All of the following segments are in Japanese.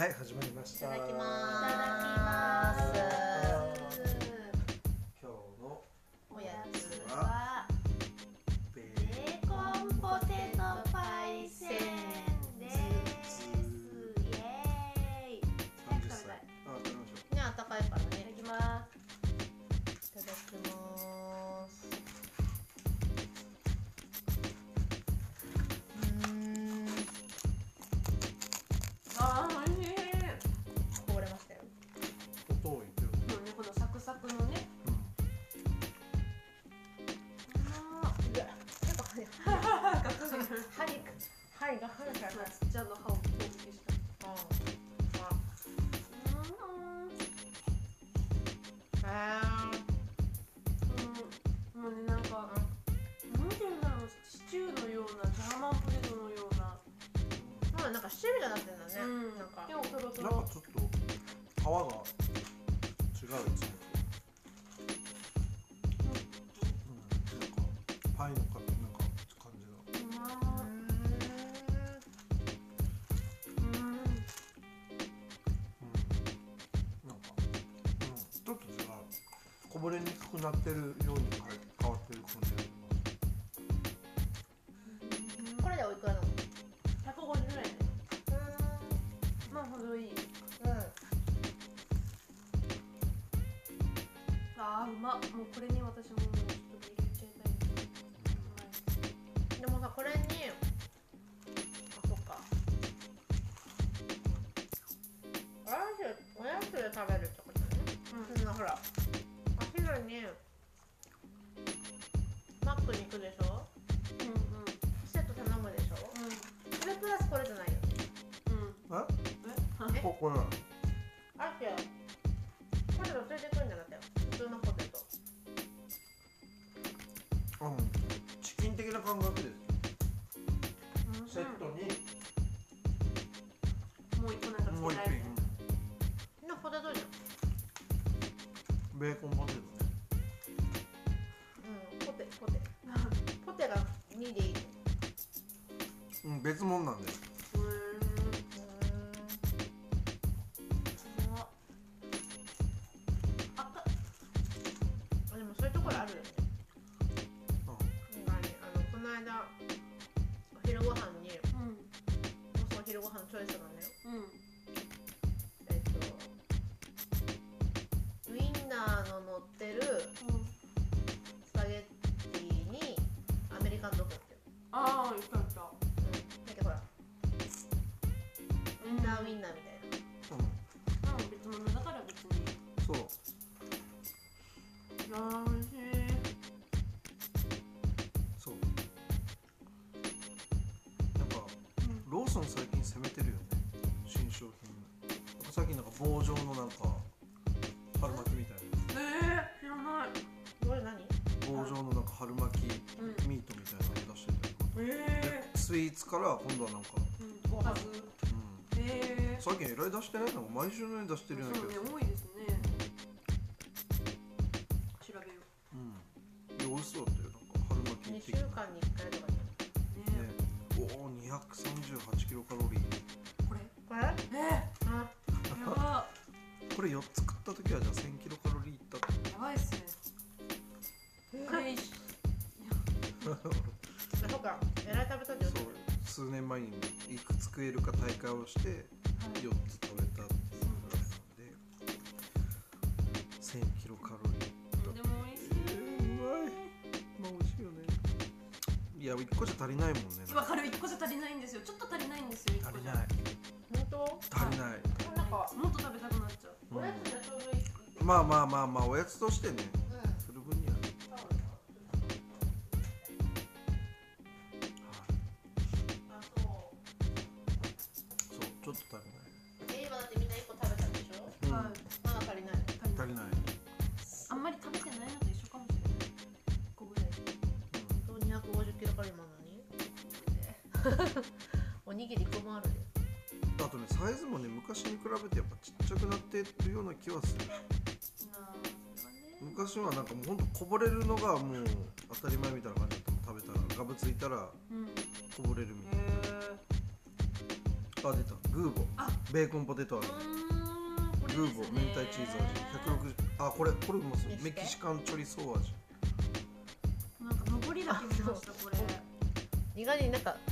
はい、始まりました。 いただきまいただきます。 今日のおやつははベベーコンポテトパイセンです。イエーイ。早く食べたい。 あ、食べましょね、あったかいからいただね。 きます。 いただきます。 あー、美味しい。 こぼれましたよ。 う。音多いけど。 もうね、このサクサクのね。 うわ、なんか針がちっちゃな歯を攻撃した。もうね、なんかなんていうんだろう、シチューのような、ジャーマンポテトのような。 もうなんかシチューみたいになってるんだね。なんかでもトロトなんかロ。 ちょっと皮が違うやつ。なんかパイのかなんか感じが。なんかちょっと違う。こぼれにくくなってるように変わってる感じが。 これでおいくらなの 150円。まあほどいい。あー、うまっ。もうこれに私もちょっと入れちゃいたい。 でもさ、これにそっかおやつで食べるってことね。ほらお昼にマックに行くでしょ、セット頼むでしょ、それプラスこれじゃないよね。 これあっけポテトついてくるんじゃなかったよ、普通のポテト。 チキン的な感覚です。セットにもう一個なんかもう一つけられる。 のポテトじゃん。 ベーコンポテトね。 ポテが2でいい。 別物なんで。 でもそういうところあるよね。この間お昼ご飯に、その昼ご飯チョイスがね、ウインナーの乗ってるスパゲッティにアメリカンドッグってる。 ああ、言った言った。 だけどほらウインナーみたいな。 別物だから別に。 そう。 いやー、美味しい。 そう。なんか、ローソン最近攻めてるよね。新商品。なんか最近なんか棒状のなんか春巻きみたいな。 知らない。 これ何？ 棒状のなんか春巻きミートみたいなの出してたり。でスイーツから今度はなんか。 おはず。 最近えらい出してないのが毎週のように出してるような気がする。 そうね、多いですね。調べよう。 で美味しそうだったよ。なんか春巻き 2 的な。 週間に1回とかね。 ね。おお、238キロカロリー。 これこれ？ やばこれ4つ食った時はじゃあ1000キロカロリーいったって。 やばいっすね。 そうか、えらい食べたって言ってそう、数年前にいくつ食えるか大会をして4つ食べたっていうぐらいなんで1000キロカロリー。 でも美味しい。 うまい。まあ美味しいよね。いや1個じゃ足りないもんね。 わかる、1個じゃ足りないんですよ。ちょっと足りないんですよ。 足りない。 本当？ 足りない。 なんかもっと食べたくなっちゃう。 おやつじゃちょうどいい。 まあおやつとしてね、する分には。そう、ちょっと足りない。 今だってみんな1個食べたでしょ。 はい。 まだ足りない。 足りない。 あんまり食べてないのと一緒かもしれない。1個ぐらい。 と250キロカロリーもあるのに。おにぎり1個もあるよ。 あとね、サイズもね、昔に比べてやっぱちっちゃくなってるような気はする。昔はなんかもうほんとこぼれるのがもう当たり前みたいな感じだったの。食べたらガブついたらこぼれるみたいな。 あ、出た。グーボあ、 ベーコンポテト味。 これグーですね。 ボ明太チーズ味160。あ、これうまそう。メキシカンチョリソー味。 なんか上りだけ見ましたこれ。 意外になんか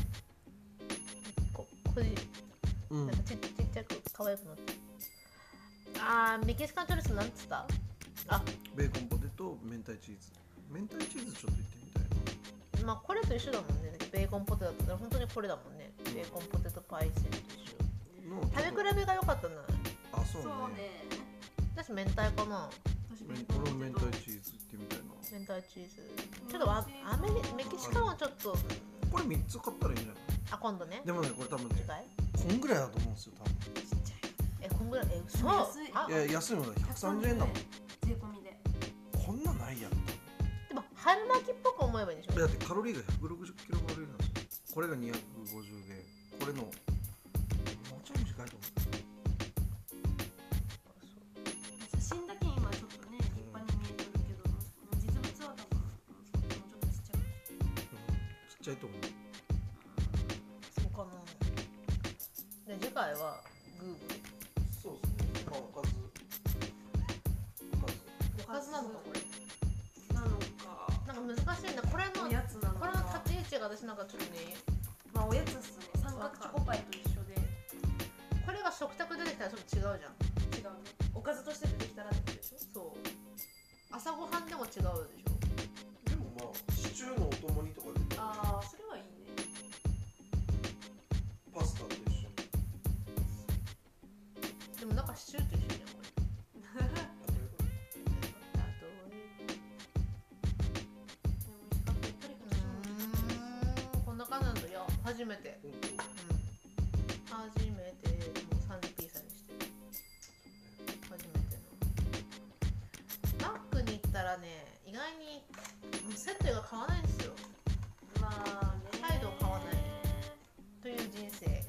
個人うんなんかちっちゃく可愛くなってる。あー、メキシカンチョリソーなんつった？あ、 ベーコンポテト明太チーズ。明太チーズちょっといってみたいな。 まあこれと一緒だもんね。ベーコンポテトだったら本当にこれだもんね。ベーコンポテトパイセンと一緒。 の食べ比べが良かったな。 あ、そうそうね。 ね。 私明太かな。 私これ明太チーズいってみたいな。 明太チーズ。ちょっとメキシカンはちょっとこれ3つ買ったらいいんじゃない？ 今度ね。 でもね、これ多分ね次、回こんぐらいだと思うんですよ、多分。 こんぐらい嘘。 安いあ、 いや、安いのだ、130円だもん。 税込みで。 こんなんないやん。 でも春巻きっぽく思えばいいでしょ。 だってカロリーが160キロカロリーなんですよ。これが250で、これのもうちょい短いと思写真だけ今ちょっとね立派に見えてるけど、実物は多分もうちょっとちっちゃい。 う。ちっちゃいと思う。 そうかな。で次回はグーグル。 そうですね。まあ、おかず。 おかずなのかこれ。 なのか。 なんか難しいんだ。これのおやつなのこれのか。 立ち位置が私なんかちょっとね。 まあおやつっすね。三角チョコパイと一緒で。 これが食卓出てきたらちょっと違うじゃん。 違うね。おかずとして出てきたらってことでしょ。 そう。朝ごはんでも違うでしょ。 でもまあ、シチューのお供にとかでああ、それはいいね。 パスタと一緒に。 でもなんかシチューと一緒じゃんこれ。こんな感じなんだよ。初めて。 本初めてもう30ピーサにして初めてのマックに行ったらね、意外にセットが買わないんですよ。 まあね。 態度を買わないという人生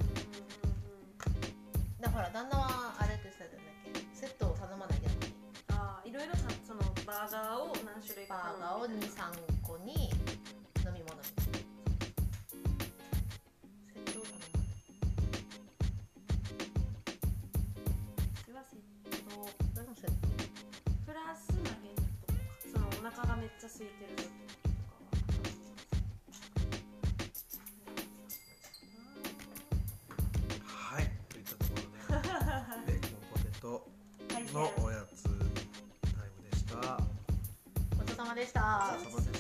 だから。旦那はあれって言ってたんだっけ、セットを頼まない逆に。 ああ、いろいろそのバーガーを何種類かバーガーを頼むみたいな。 2、3個に飲み物みたいな。セットを頼まない。 それはセットどれもセット。 プラスナゲットとか、そのお腹がめっちゃ空いてる時とかははい、といったところで、ベーコンポテト海鮮のおやつタイムでした。 ごちそうさまでした。 お疲れ様です。